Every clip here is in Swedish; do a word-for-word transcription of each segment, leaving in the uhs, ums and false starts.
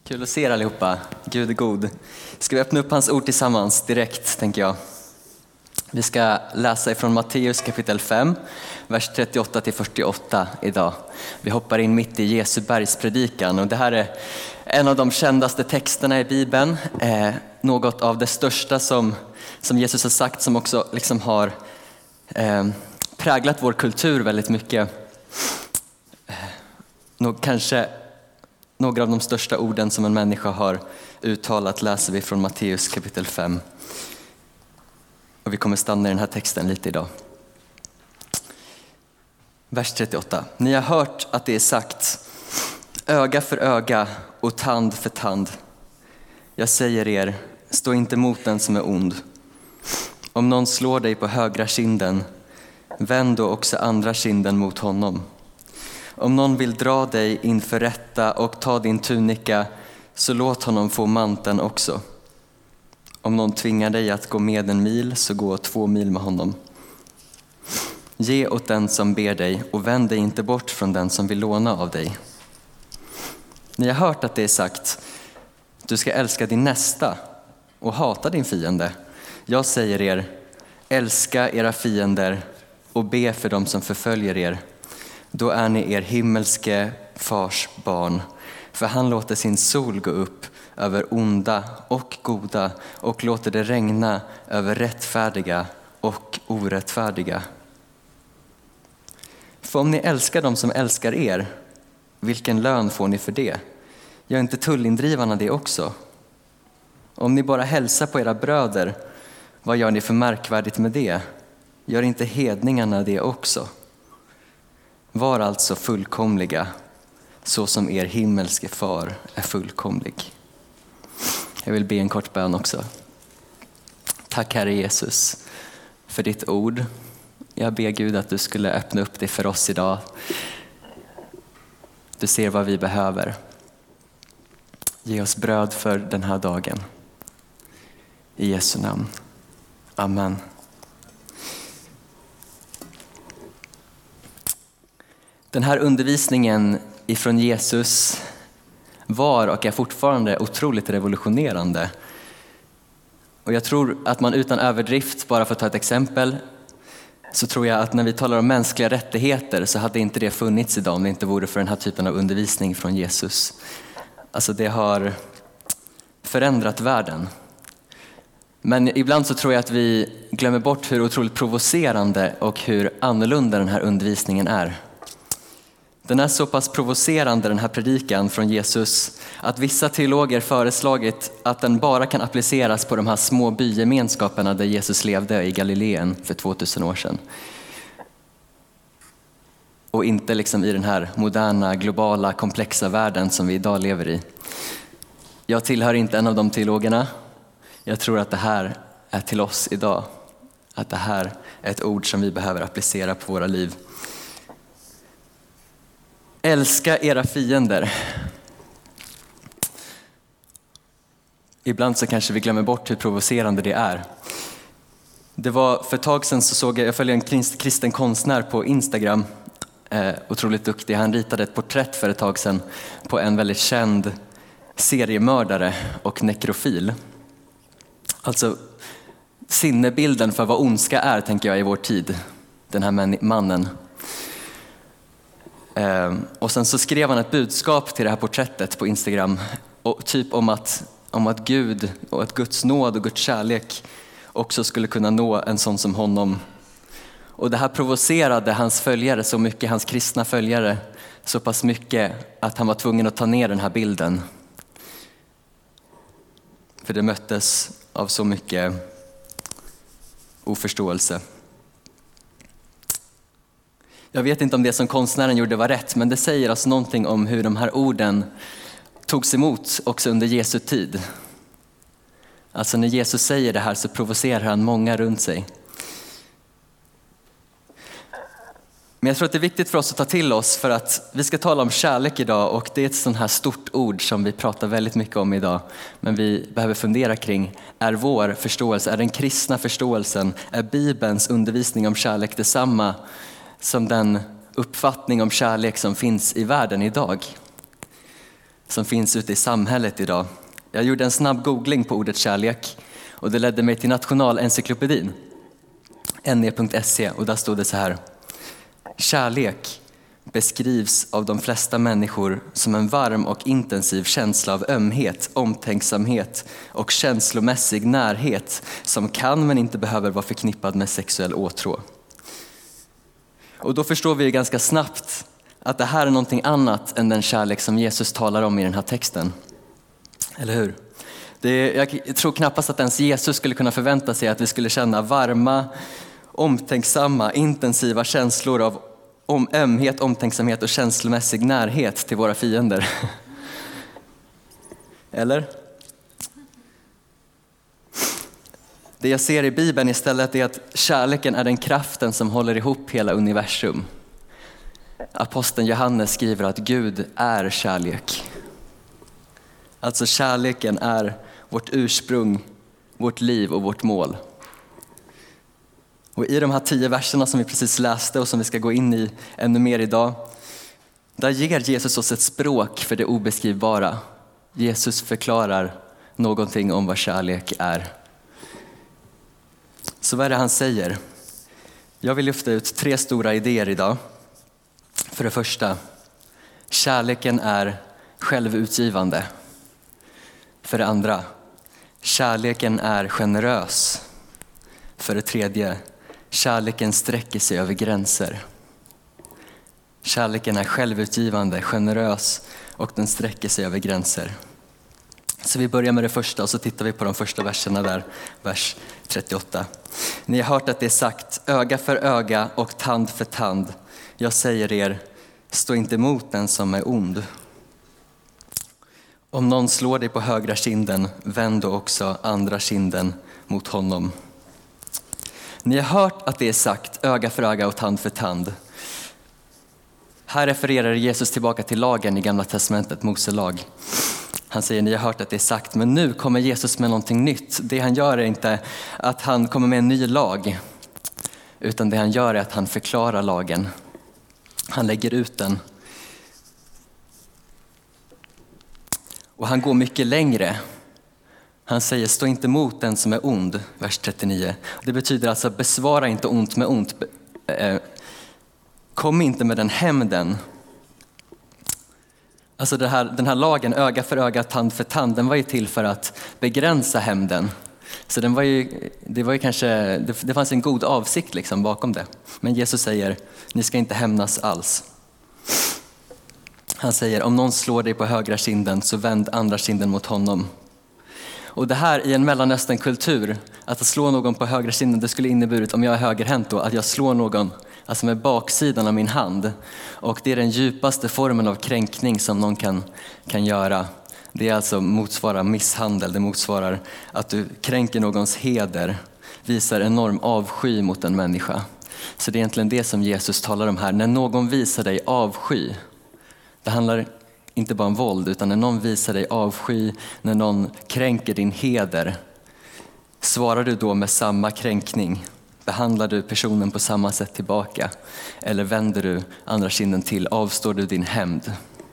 Kul att se er allihopa. Gud är god. Ska vi öppna upp hans ord tillsammans direkt, tänker jag. Vi ska läsa ifrån Matteus kapitel fem, vers trettioåtta till fyrtioåtta idag. Vi hoppar in mitt i Jesu bergspredikan och det här är en av de kändaste texterna i Bibeln. Eh, något av det största som, som Jesus har sagt, som också liksom har eh, präglat vår kultur väldigt mycket. Eh, nog, kanske några av de största orden som en människa har uttalat läser vi från Matteus kapitel fem. Och vi kommer stanna i den här texten lite idag. Vers trettioåtta. Ni har hört att det är sagt, öga för öga och tand för tand. Jag säger er, stå inte mot den som är ond. Om någon slår dig på högra kinden, vänd då också andra kinden mot honom. Om någon vill dra dig inför rätta och ta din tunika, så låt honom få manteln också. Om någon tvingar dig att gå med en mil, så gå två mil med honom. Ge åt den som ber dig och vänd dig inte bort från den som vill låna av dig. Ni har hört att det är sagt, du ska älska din nästa och hata din fiende. Jag säger er, älska era fiender och be för dem som förföljer er. Då är ni er himmelske fars barn, för han låter sin sol gå upp över onda och goda och låter det regna över rättfärdiga och orättfärdiga. För om ni älskar dem som älskar er, vilken lön får ni för det? Gör inte tullindrivarna det också? Om ni bara hälsar på era bröder, vad gör ni för märkvärdigt med det? Gör inte hedningarna det också? Var alltså fullkomliga, så som er himmelske far är fullkomlig. Jag vill be en kort bön också. Tack Herre Jesus för ditt ord. Jag ber Gud att du skulle öppna upp det för oss idag. Du ser vad vi behöver. Ge oss bröd för den här dagen. I Jesu namn. Amen. Den här undervisningen ifrån Jesus var och är fortfarande otroligt revolutionerande. Och jag tror att man utan överdrift, bara för att ta ett exempel, så tror jag att när vi talar om mänskliga rättigheter så hade inte det funnits idag om det inte vore för den här typen av undervisning från Jesus. Alltså det har förändrat världen. Men ibland så tror jag att vi glömmer bort hur otroligt provocerande och hur annorlunda den här undervisningen är. Den är så pass provocerande, den här predikan från Jesus, att vissa teologer föreslagit att den bara kan appliceras på de här små bygemenskaperna där Jesus levde i Galileen för tvåtusen år sedan. Och inte liksom i den här moderna, globala, komplexa världen som vi idag lever i. Jag tillhör inte en av de teologerna. Jag tror att det här är till oss idag. Att det här är ett ord som vi behöver applicera på våra liv. Älska era fiender. Ibland så kanske vi glömmer bort hur provocerande det är. Det var för ett tag sedan så såg jag, jag följer en kristen konstnär på Instagram. Eh, otroligt duktig. Han ritade ett porträtt för ett tag sedan på en väldigt känd seriemördare och nekrofil. Alltså sinnebilden för vad ondska är, tänker jag, i vår tid. Den här mannen. Och sen så skrev han ett budskap till det här porträttet på Instagram, och typ om att, om att Gud och att Guds nåd och Guds kärlek också skulle kunna nå en sån som honom. Och det här provocerade hans följare så mycket, hans kristna följare, så pass mycket att han var tvungen att ta ner den här bilden. För det möttes av så mycket oförståelse. Jag vet inte om det som konstnären gjorde var rätt, men det säger oss någonting om hur de här orden togs emot också under Jesu tid. Alltså när Jesus säger det här så provocerar han många runt sig. Men jag tror att det är viktigt för oss att ta till oss, för att vi ska tala om kärlek idag, och det är ett sånt här stort ord som vi pratar väldigt mycket om idag. Men vi behöver fundera kring, är vår förståelse, är den kristna förståelsen, är Bibelns undervisning om kärlek detsamma som den uppfattning om kärlek som finns i världen idag? som finns ute i samhället idag. Jag gjorde en snabb googling på ordet kärlek och det ledde mig till Nationalencyklopedin, N E punkt se, och där stod det så här: kärlek beskrivs av de flesta människor som en varm och intensiv känsla av ömhet, omtänksamhet och känslomässig närhet som kan men inte behöver vara förknippad med sexuell åtrå. Och då förstår vi ju ganska snabbt att det här är någonting annat än den kärlek som Jesus talar om i den här texten. Eller hur? Det är, jag tror knappast att ens Jesus skulle kunna förvänta sig att vi skulle känna varma, omtänksamma, intensiva känslor av om ömhet, omtänksamhet och känslomässig närhet till våra fiender. Eller? Det jag ser i Bibeln istället är att kärleken är den kraften som håller ihop hela universum. Aposteln Johannes skriver att Gud är kärlek. Alltså kärleken är vårt ursprung, vårt liv och vårt mål. Och i de här tio verserna som vi precis läste och som vi ska gå in i ännu mer idag, där ger Jesus oss ett språk för det obeskrivbara. Jesus förklarar någonting om vad kärlek är. Så vad är det han säger? Jag vill lyfta ut tre stora idéer idag. För det första, kärleken är självutgivande. För det andra, kärleken är generös. För det tredje, kärleken sträcker sig över gränser. Kärleken är självutgivande, generös och den sträcker sig över gränser. Så vi börjar med det första och så tittar vi på de första verserna där, vers trettioåtta. Ni har hört att det är sagt, öga för öga och tand för tand. Jag säger er, stå inte emot den som är ond. Om någon slår dig på högra kinden, vänd då också andra kinden mot honom. Ni har hört att det är sagt, öga för öga och tand för tand. Här refererar Jesus tillbaka till lagen i Gamla testamentet, Mose lag. Han säger, ni har hört att det är sagt, men nu kommer Jesus med någonting nytt. Det han gör är inte att han kommer med en ny lag, utan det han gör är att han förklarar lagen. Han lägger ut den. Och han går mycket längre. Han säger, stå inte emot den som är ond, vers trettionio. Det betyder alltså, besvara inte ont med ont. Kom inte med den hämnden. Alltså det här, den här lagen, öga för öga, tand för tand, den var ju till för att begränsa hämnden. Så den var ju, det var ju kanske, det, det fanns en god avsikt liksom bakom det. Men Jesus säger, ni ska inte hämnas alls. Han säger, om någon slår dig på högra kinden så vänd andra kinden mot honom. Och det här i en Mellanöstern-kultur, att slå någon på högra kinden, det skulle inneburit, om jag är högerhänt då, att jag slår någon alltså med baksidan av min hand. Och det är den djupaste formen av kränkning som någon kan, kan göra. Det är alltså motsvarar misshandel, det motsvarar att du kränker någons heder, visar enorm avsky mot en människa. Så det är egentligen det som Jesus talar om här. När någon visar dig avsky, det handlar inte bara om våld, utan när någon visar dig avsky, när någon kränker din heder, svarar du då med samma kränkning? Behandlar du personen på samma sätt tillbaka? Eller vänder du andra kinden till? Avstår du din hämnd?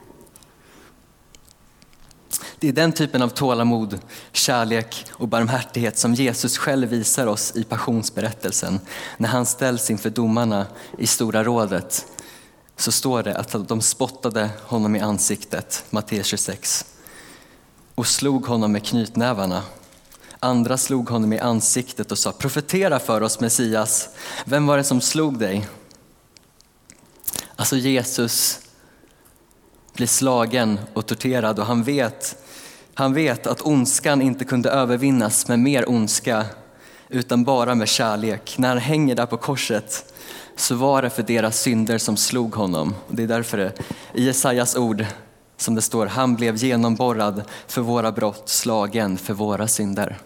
Det är den typen av tålamod, kärlek och barmhärtighet som Jesus själv visar oss i passionsberättelsen. När han ställs inför domarna i Stora rådet så står det att de spottade honom i ansiktet, Matteus tjugosex, och slog honom med knytnävarna. Andra slog honom i ansiktet och sa, profetera för oss, Messias. Vem var det som slog dig? Alltså Jesus blir slagen och torterad och han vet, han vet att ondskan inte kunde övervinnas med mer ondska utan bara med kärlek. När han hänger där på korset så var det för deras synder som slog honom. Det är därför det i Jesajas ord som det står, han blev genomborrad för våra brott, slagen för våra synder.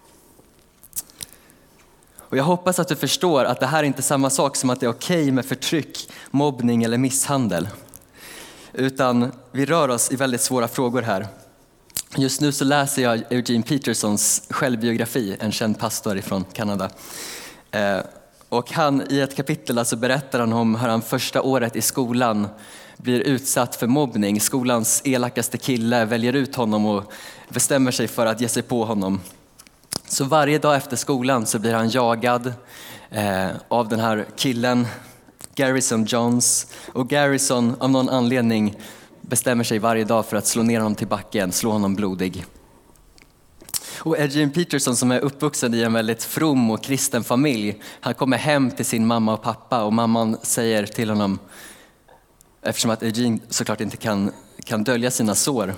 Och jag hoppas att du förstår att det här är inte samma sak som att det är okej med förtryck, mobbning eller misshandel. Utan vi rör oss i väldigt svåra frågor här. Just nu så läser jag Eugene Petersons självbiografi, en känd pastor från Kanada. Och han, i ett kapitel alltså berättar han om hur han första året i skolan blir utsatt för mobbning. Skolans elakaste kille väljer ut honom och bestämmer sig för att ge sig på honom. Så varje dag efter skolan så blir han jagad eh, av den här killen, Garrison Johns. Och Garrison av någon anledning bestämmer sig varje dag för att slå ner honom till backen, slå honom blodig. Och Eugene Peterson, som är uppvuxen i en väldigt from och kristen familj, han kommer hem till sin mamma och pappa och mamman säger till honom, eftersom att Eugene såklart inte kan, kan dölja sina sår.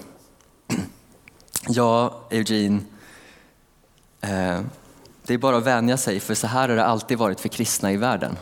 Ja, Eugene, eh, det är bara att vänja sig, för så här har det alltid varit för kristna i världen.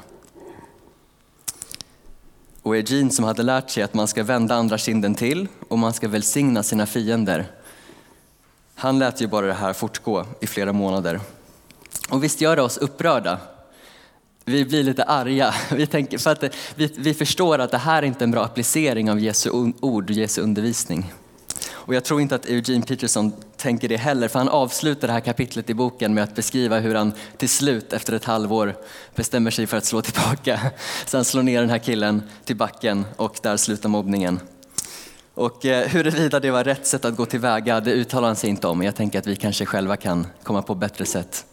Och Eugene, som hade lärt sig att man ska vända andra kinden till och man ska välsigna sina fiender, han lät ju bara det här fortgå i flera månader. Och visst gör det oss upprörda. Vi blir lite arga. Vi, tänker, för att vi, vi förstår att det här är inte en bra applicering av Jesu ord, Jesu undervisning. Och jag tror inte att Eugene Peterson tänker det heller, för han avslutar det här kapitlet i boken med att beskriva hur han till slut efter ett halvår bestämmer sig för att slå tillbaka. Så han slår ner den här killen till backen och där slutar mobbningen. Och huruvida det var rätt sätt att gå tillväga, det uttalar han sig inte om. Jag tänker att vi kanske själva kan komma på bättre sätt.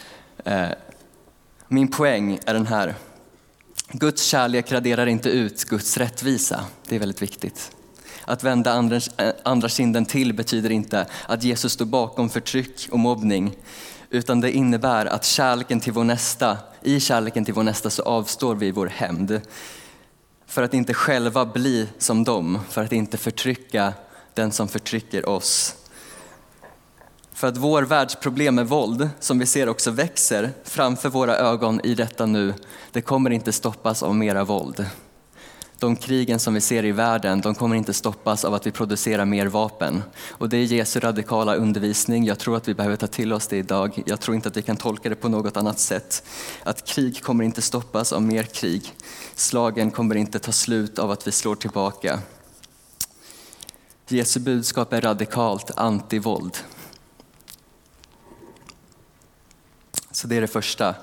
Min poäng är den här. Guds kärlek raderar inte ut Guds rättvisa. Det är väldigt viktigt. Att vända andra, andra kinden till betyder inte att Jesus står bakom förtryck och mobbning. Utan det innebär att kärleken till vår nästa, i kärleken till vår nästa så avstår vi vår hämnd. För att inte själva bli som dem, för att inte förtrycka den som förtrycker oss. För att vår världsproblem med våld, som vi ser också växer framför våra ögon i detta nu, det kommer inte stoppas av mera våld. De krigen som vi ser i världen, de kommer inte stoppas av att vi producerar mer vapen. Och det är Jesu radikala undervisning. Jag tror att vi behöver ta till oss det idag. Jag tror inte att vi kan tolka det på något annat sätt. Att krig kommer inte stoppas av mer krig. Slagen kommer inte ta slut av att vi slår tillbaka. Jesu budskap är radikalt antivåld. Så det är det första.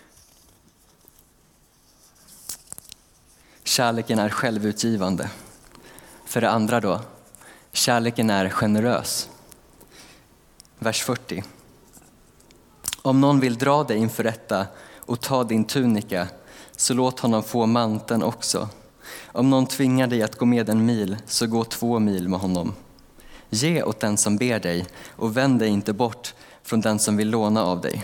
Kärleken är självutgivande. För det andra då, kärleken är generös. Vers fyrtio. Om någon vill dra dig inför rätta och ta din tunika, så låt honom få manteln också. Om någon tvingar dig att gå med en mil, så gå två mil med honom. Ge åt den som ber dig och vänd dig inte bort från den som vill låna av dig.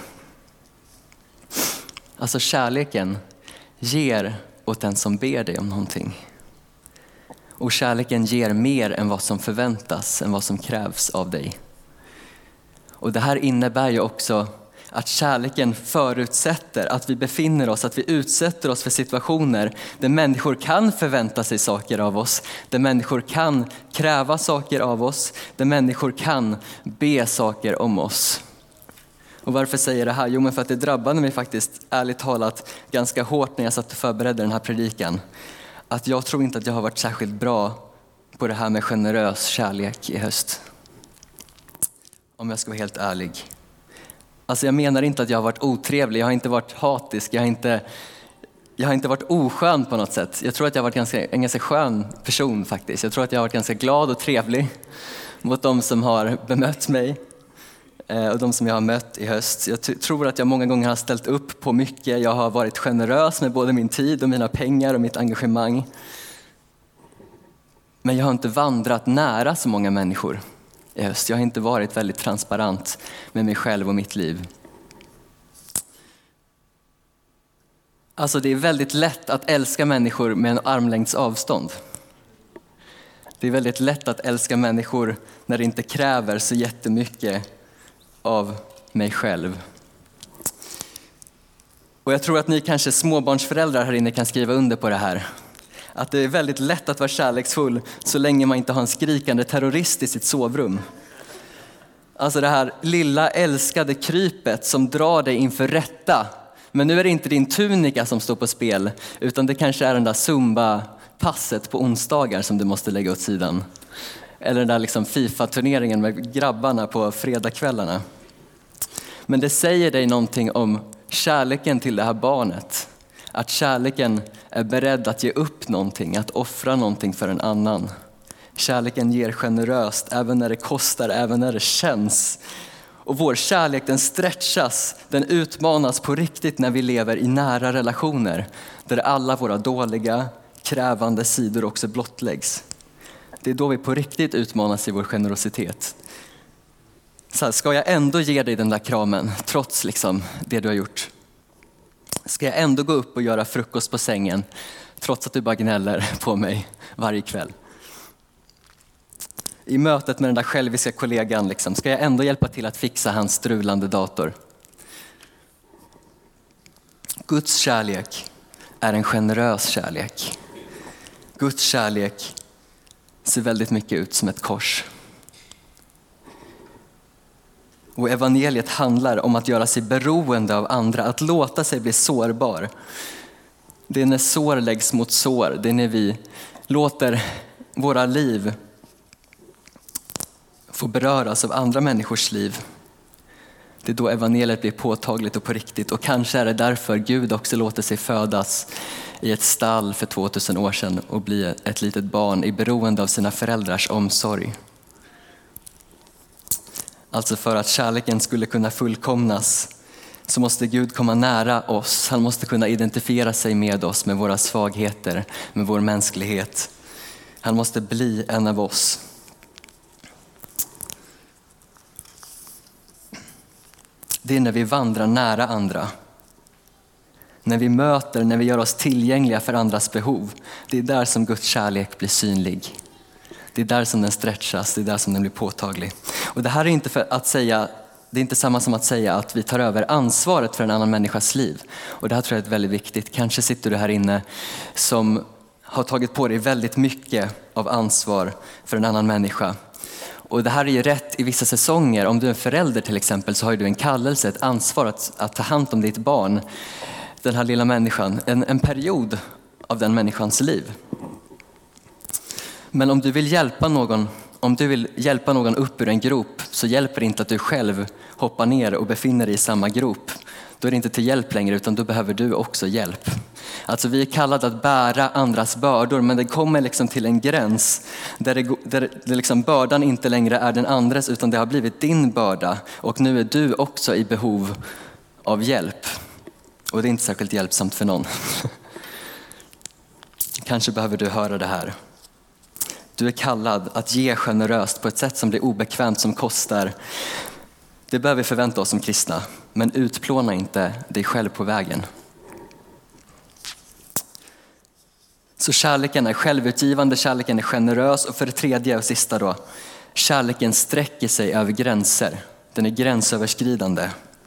Alltså kärleken ger åt den som ber dig om någonting. Och kärleken ger mer än vad som förväntas, än vad som krävs av dig. Och det här innebär ju också att kärleken förutsätter att vi befinner oss, att vi utsätter oss för situationer där människor kan förvänta sig saker av oss, där människor kan kräva saker av oss, där människor kan be saker om oss. Och varför säger jag det här? Jo, men för att det drabbade mig faktiskt, ärligt talat, ganska hårt när jag satt och förberedde den här predikan. Att jag tror inte att jag har varit särskilt bra på det här med generös kärlek i höst. Om jag ska vara helt ärlig. Alltså jag menar inte att jag har varit otrevlig, jag har inte varit hatisk, jag har inte, jag har inte varit oskön på något sätt. Jag tror att jag har varit ganska, en ganska skön person faktiskt. Jag tror att jag har varit ganska glad och trevlig mot de som har bemött mig. Och de som jag har mött i höst. Jag t- tror att jag många gånger har ställt upp på mycket. Jag har varit generös med både min tid och mina pengar och mitt engagemang. Men jag har inte vandrat nära så många människor i höst. Jag har inte varit väldigt transparent med mig själv och mitt liv. Alltså det är väldigt lätt att älska människor med en armlängds avstånd. Det är väldigt lätt att älska människor när det inte kräver så jättemycket av mig själv. Och jag tror att ni kanske småbarnsföräldrar här inne kan skriva under på det här. Att det är väldigt lätt att vara kärleksfull så länge man inte har en skrikande terrorist i sitt sovrum. Alltså det här lilla älskade krypet som drar dig inför rätta. Men nu är det inte din tunika som står på spel, utan det kanske är den där Zumba-passet på onsdagar som du måste lägga åt sidan. Eller den där liksom FIFA-turneringen med grabbarna på fredagskvällarna. Men det säger dig någonting om kärleken till det här barnet. Att kärleken är beredd att ge upp någonting, att offra någonting för en annan. Kärleken ger generöst, även när det kostar, även när det känns. Och vår kärlek, den stretchas, den utmanas på riktigt när vi lever i nära relationer. Där alla våra dåliga, krävande sidor också blottläggs. Det är då vi på riktigt utmanas i vår generositet. Så här, ska jag ändå ge dig den där kramen, trots liksom det du har gjort? Ska jag ändå gå upp och göra frukost på sängen, trots att du bara gnäller på mig varje kväll? I mötet med den där själviska kollegan, liksom, ska jag ändå hjälpa till att fixa hans strulande dator? Guds kärlek är en generös kärlek. Guds kärlek ser väldigt mycket ut som ett kors. Och evangeliet handlar om att göra sig beroende av andra, att låta sig bli sårbar. Det är när sår läggs mot sår, det är när vi låter våra liv få beröras av andra människors liv. Det är då evangeliet blir påtagligt och på riktigt. Och kanske är det därför Gud också låter sig födas i ett stall för tvåtusen år sedan och bli ett litet barn i beroende av sina föräldrars omsorg. Alltså för att kärleken skulle kunna fullkomnas så måste Gud komma nära oss. Han måste kunna identifiera sig med oss, med våra svagheter, med vår mänsklighet. Han måste bli en av oss. Det är när vi vandrar nära andra. När vi möter, när vi gör oss tillgängliga för andras behov. Det är där som Guds kärlek blir synlig. Det är där som den stretchas, det är där som den blir påtaglig. Och det här är inte för att säga, det är inte samma som att säga att vi tar över ansvaret för en annan människas liv. Och det här tror jag är väldigt viktigt. Kanske sitter du här inne som har tagit på dig väldigt mycket av ansvar för en annan människa. Och det här är ju rätt i vissa säsonger. Om du är en förälder till exempel så har du en kallelse, ett ansvar att, att ta hand om ditt barn. Den här lilla människan, en, en period av den människans liv. Men om du vill hjälpa någon, om du vill hjälpa någon upp ur en grop så hjälper det inte att du själv hoppar ner och befinner dig i samma grop. Då är det inte till hjälp längre utan då behöver du också hjälp. Alltså vi är kallade att bära andras bördor men det kommer liksom till en gräns där, det, där det liksom bördan inte längre är den andres utan det har blivit din börda och nu är du också i behov av hjälp. Och det är inte särskilt hjälpsamt för någon. Kanske behöver du höra det här. Du är kallad att ge generöst på ett sätt som blir obekvämt, som kostar. Det behöver vi förvänta oss som kristna, men utplåna inte dig själv på vägen. Så kärleken är självutgivande, kärleken är generös och för det tredje och sista då, kärleken sträcker sig över gränser. Den är gränsöverskridande.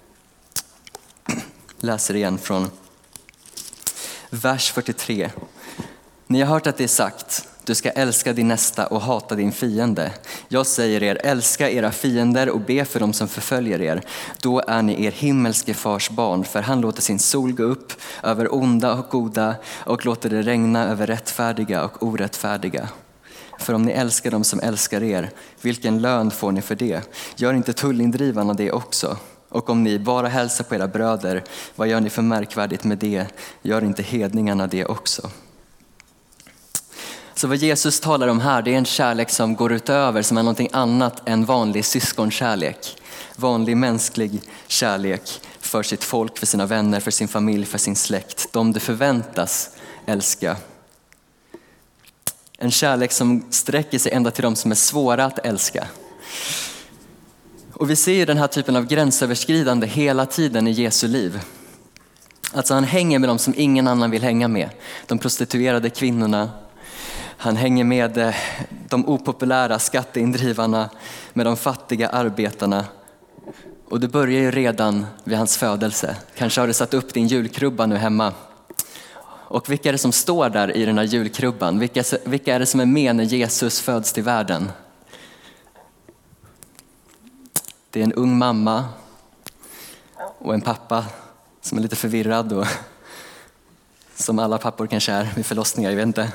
Läser igen från vers fyrtiotre. Ni har hört att det är sagt, du ska älska din nästa och hata din fiende. Jag säger er, älska era fiender och be för dem som förföljer er. Då är ni er himmelske fars barn, för han låter sin sol gå upp över onda och goda och låter det regna över rättfärdiga och orättfärdiga. För om ni älskar dem som älskar er, vilken lön får ni för det? Gör inte tullindrivarna det också? Och om ni bara hälsar på era bröder, vad gör ni för märkvärdigt med det? Gör inte hedningarna det också? Så vad Jesus talar om här, det är en kärlek som går utöver, som är någonting annat än vanlig syskonkärlek. Vanlig mänsklig kärlek för sitt folk, för sina vänner, för sin familj, för sin släkt. De du förväntas älska. En kärlek som sträcker sig ända till de som är svåra att älska. Och vi ser ju den här typen av gränsöverskridande hela tiden i Jesu liv. Alltså han hänger med de som ingen annan vill hänga med. De prostituerade kvinnorna. Han hänger med de opopulära skatteindrivarna, med de fattiga arbetarna. Och det börjar ju redan vid hans födelse. Kanske har du satt upp din julkrubba nu hemma. Och vilka är det som står där i den här julkrubban? Vilka, vilka är det som är med när Jesus föds till världen? Det är en ung mamma och en pappa som är lite förvirrad. Och, som alla pappor kanske är vid förlossningar, jag vet inte.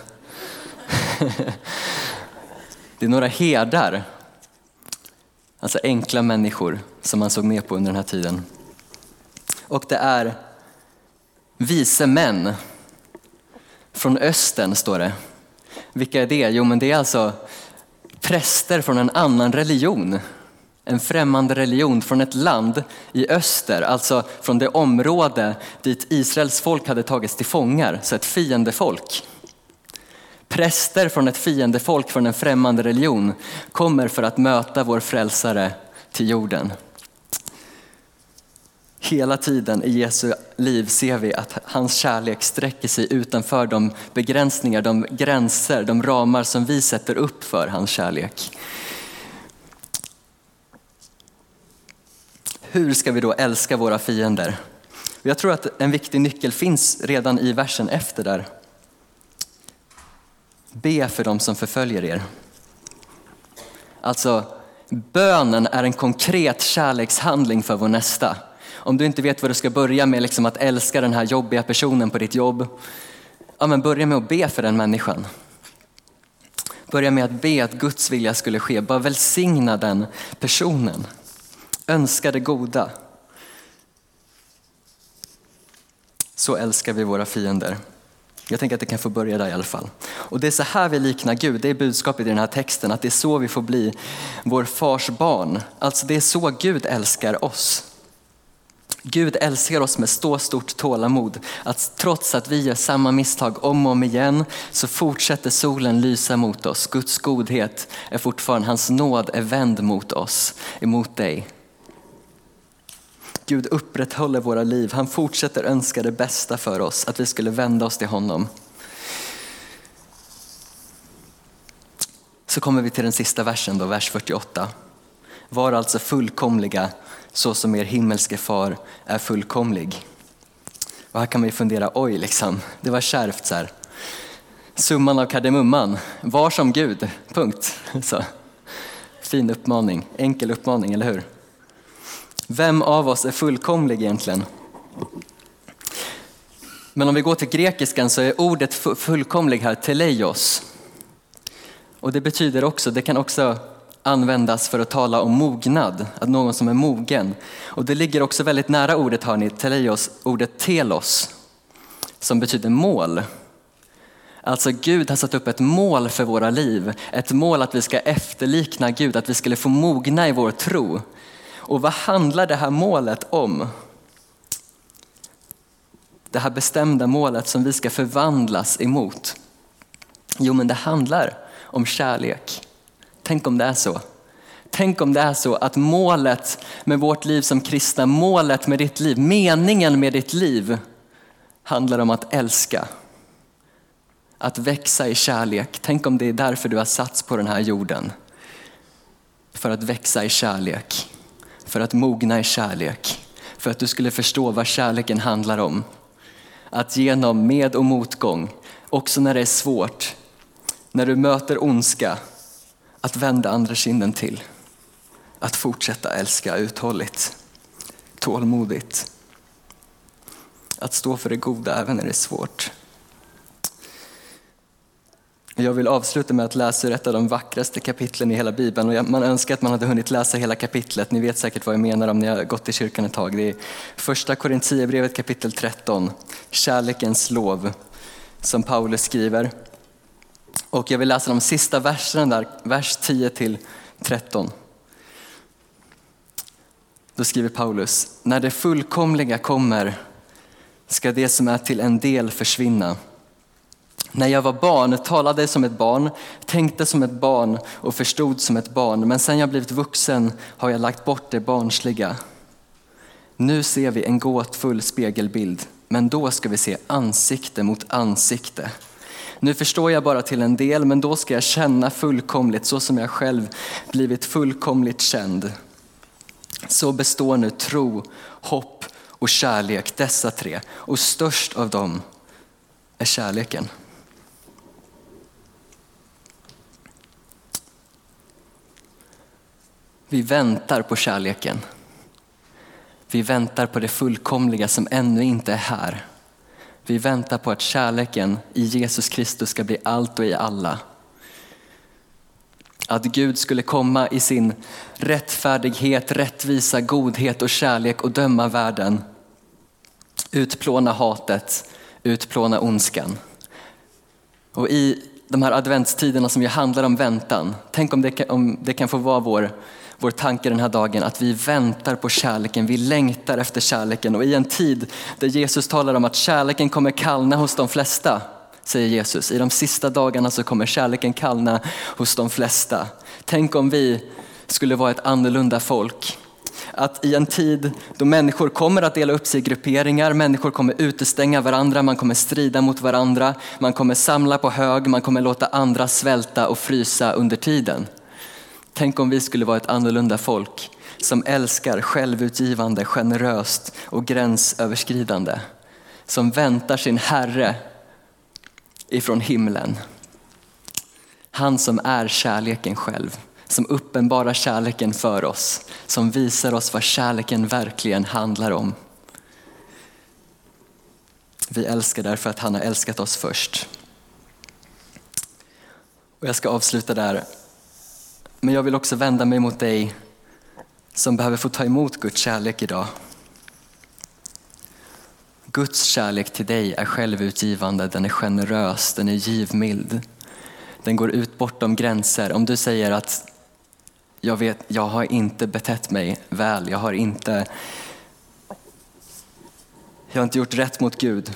Det är några herdar, alltså enkla människor som man såg med på under den här tiden. Och det är vise män från östern, står det. Vilka är det? Jo, men det är alltså präster från en annan religion. En främmande religion från ett land i öster, alltså från det område dit Israels folk hade tagits till fångar, så ett fiendefolk. Präster från ett fiendefolk från en främmande religion kommer för att möta vår frälsare till jorden. Hela tiden i Jesu liv ser vi att hans kärlek sträcker sig utanför de begränsningar, de gränser, de ramar som vi sätter upp för hans kärlek. Hur ska vi då älska våra fiender? Jag tror att en viktig nyckel finns redan i versen efter där. Be för dem som förföljer er. Alltså, bönen är en konkret kärlekshandling för vår nästa. Om du inte vet vad du ska börja med, liksom att älska den här jobbiga personen på ditt jobb, ja, men börja med att be för den människan. Börja med att be att Guds vilja skulle ske. Bara välsigna den personen. Önska det goda. Så älskar vi våra fiender. Jag tänker att det kan få börja där i alla fall. Och det är så här vi liknar Gud. Det är budskapet i den här texten. Att det är så vi får bli vår fars barn. Alltså det är så Gud älskar oss. Gud älskar oss med så stort tålamod att trots att vi gör samma misstag om och om igen så fortsätter solen lysa mot oss. Guds godhet är fortfarande, hans nåd är vänd mot oss, emot dig. Gud upprätthåller våra liv. Han fortsätter önska det bästa för oss, att vi skulle vända oss till honom. Så kommer vi till den sista versen då, vers fyrtioåtta. Var alltså fullkomliga så som er himmelske far är fullkomlig. Och här kan man ju fundera, oj liksom, det var kärvt så här. Summan av kardemumman, var som Gud, punkt. Så. Fin uppmaning, enkel uppmaning, eller hur? Vem av oss är fullkomlig egentligen? Men om vi går till grekiskan så är ordet fullkomlig här teleios. Och det betyder också, det kan också användas för att tala om mognad, att någon som är mogen. Och det ligger också väldigt nära ordet, har ni, teleios, ordet telos, som betyder mål. Alltså Gud har satt upp ett mål för våra liv, ett mål att vi ska efterlikna Gud, att vi skulle få mogna i vår tro. Och vad handlar det här målet om? Det här bestämda målet som vi ska förvandlas emot. Jo, men det handlar om kärlek. Tänk om det är så. Tänk om det är så att målet med vårt liv som kristna, målet med ditt liv, meningen med ditt liv handlar om att älska. Att växa i kärlek. Tänk om det är därför du har satts på den här jorden. För att växa i kärlek. För att mogna i kärlek. För att du skulle förstå vad kärleken handlar om. Att genom med- och motgång, också när det är svårt, när du möter ondska, att vända andra kinden till. Att fortsätta älska uthålligt, tålmodigt. Att stå för det goda även när det är svårt. Jag vill avsluta med att läsa ur ett av de vackraste kapitlen i hela Bibeln. Och man önskar att man hade hunnit läsa hela kapitlet. Ni vet säkert vad jag menar om ni har gått i kyrkan ett tag. Det är första Korintierbrevet kapitel tretton. Kärlekens lov, som Paulus skriver. Och jag vill läsa de sista verserna där, vers tio till tretton. Då skriver Paulus: när det fullkomliga kommer ska det som är till en del försvinna. När jag var barn talade som ett barn, tänkte som ett barn och förstod som ett barn. Men sen jag blivit vuxen har jag lagt bort det barnsliga. Nu ser vi en gåtfull spegelbild, men då ska vi se ansikte mot ansikte. Nu förstår jag bara till en del, men då ska jag känna fullkomligt så som jag själv blivit fullkomligt känd. Så består nu tro, hopp och kärlek, dessa tre. Och störst av dem är kärleken. Vi väntar på kärleken. Vi väntar på det fullkomliga som ännu inte är här. Vi väntar på att kärleken i Jesus Kristus ska bli allt och i alla. Att Gud skulle komma i sin rättfärdighet, rättvisa, godhet och kärlek och döma världen. Utplåna hatet, utplåna ondskan. Och i de här adventstiderna som ju handlar om väntan, tänk om det kan, om det kan få vara vår, vår tanke den här dagen, att vi väntar på kärleken, vi längtar efter kärleken. Och i en tid där Jesus talar om att kärleken kommer kallna hos de flesta, säger Jesus, i de sista dagarna så kommer kärleken kallna hos de flesta. Tänk om vi skulle vara ett annorlunda folk. Att i en tid då människor kommer att dela upp sig i grupperingar, människor kommer utestänga varandra, man kommer strida mot varandra, man kommer samla på hög, man kommer låta andra svälta och frysa under tiden. Tänk om vi skulle vara ett annorlunda folk som älskar självutgivande, generöst och gränsöverskridande. Som väntar sin Herre ifrån himlen. Han som är kärleken själv. Som uppenbarar kärleken för oss. Som visar oss vad kärleken verkligen handlar om. Vi älskar därför att han har älskat oss först. Och jag ska avsluta där. Men jag vill också vända mig mot dig som behöver få ta emot Guds kärlek idag. Guds kärlek till dig är självutgivande, den är generös, den är givmild. Den går ut bortom gränser. Om du säger att jag vet, jag har inte betett mig väl, jag har inte, jag har inte gjort rätt mot Gud.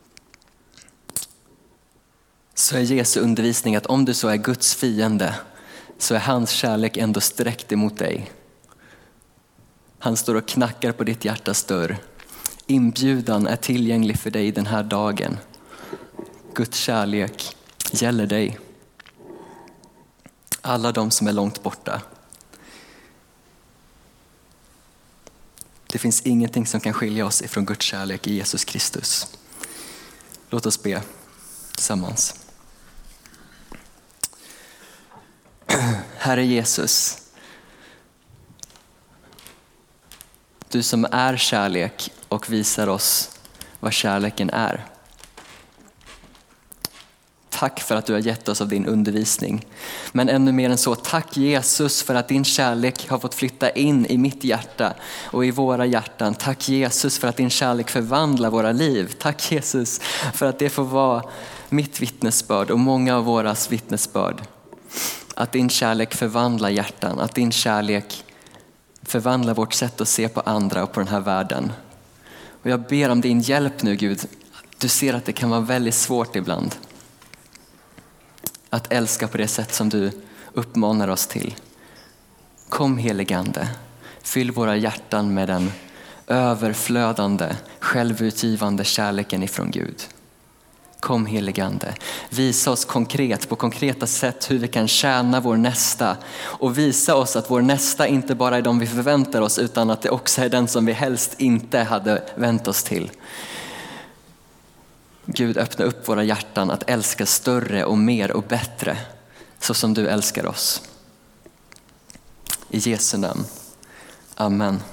Så är Jesu undervisning att om du så är Guds fiende så är hans kärlek ändå sträckt emot dig. Han står och knackar på ditt hjärtas dörr. Inbjudan är tillgänglig för dig den här dagen. Guds kärlek gäller dig. Alla de som är långt borta. Det finns ingenting som kan skilja oss ifrån Guds kärlek i Jesus Kristus. Låt oss be tillsammans. Herre Jesus, du som är kärlek och visar oss vad kärleken är. Tack för att du har gett oss av din undervisning. Men ännu mer än så, tack Jesus för att din kärlek har fått flytta in i mitt hjärta och i våra hjärtan. Tack Jesus för att din kärlek förvandlar våra liv. Tack Jesus för att det får vara mitt vittnesbörd och många av våras vittnesbörd. Att din kärlek förvandlar hjärtan, att din kärlek förvandlar vårt sätt att se på andra och på den här världen. Och jag ber om din hjälp nu Gud. Du ser att det kan vara väldigt svårt ibland. Att älska på det sätt som du uppmanar oss till. Kom heligande, fyll våra hjärtan med den överflödande, självutgivande kärleken ifrån Gud. Kom heligande, visa oss konkret på konkreta sätt hur vi kan tjäna vår nästa. Och visa oss att vår nästa inte bara är de vi förväntar oss utan att det också är den som vi helst inte hade vänt oss till. Gud, öppna upp våra hjärtan att älska större och mer och bättre så som du älskar oss. I Jesu namn. Amen.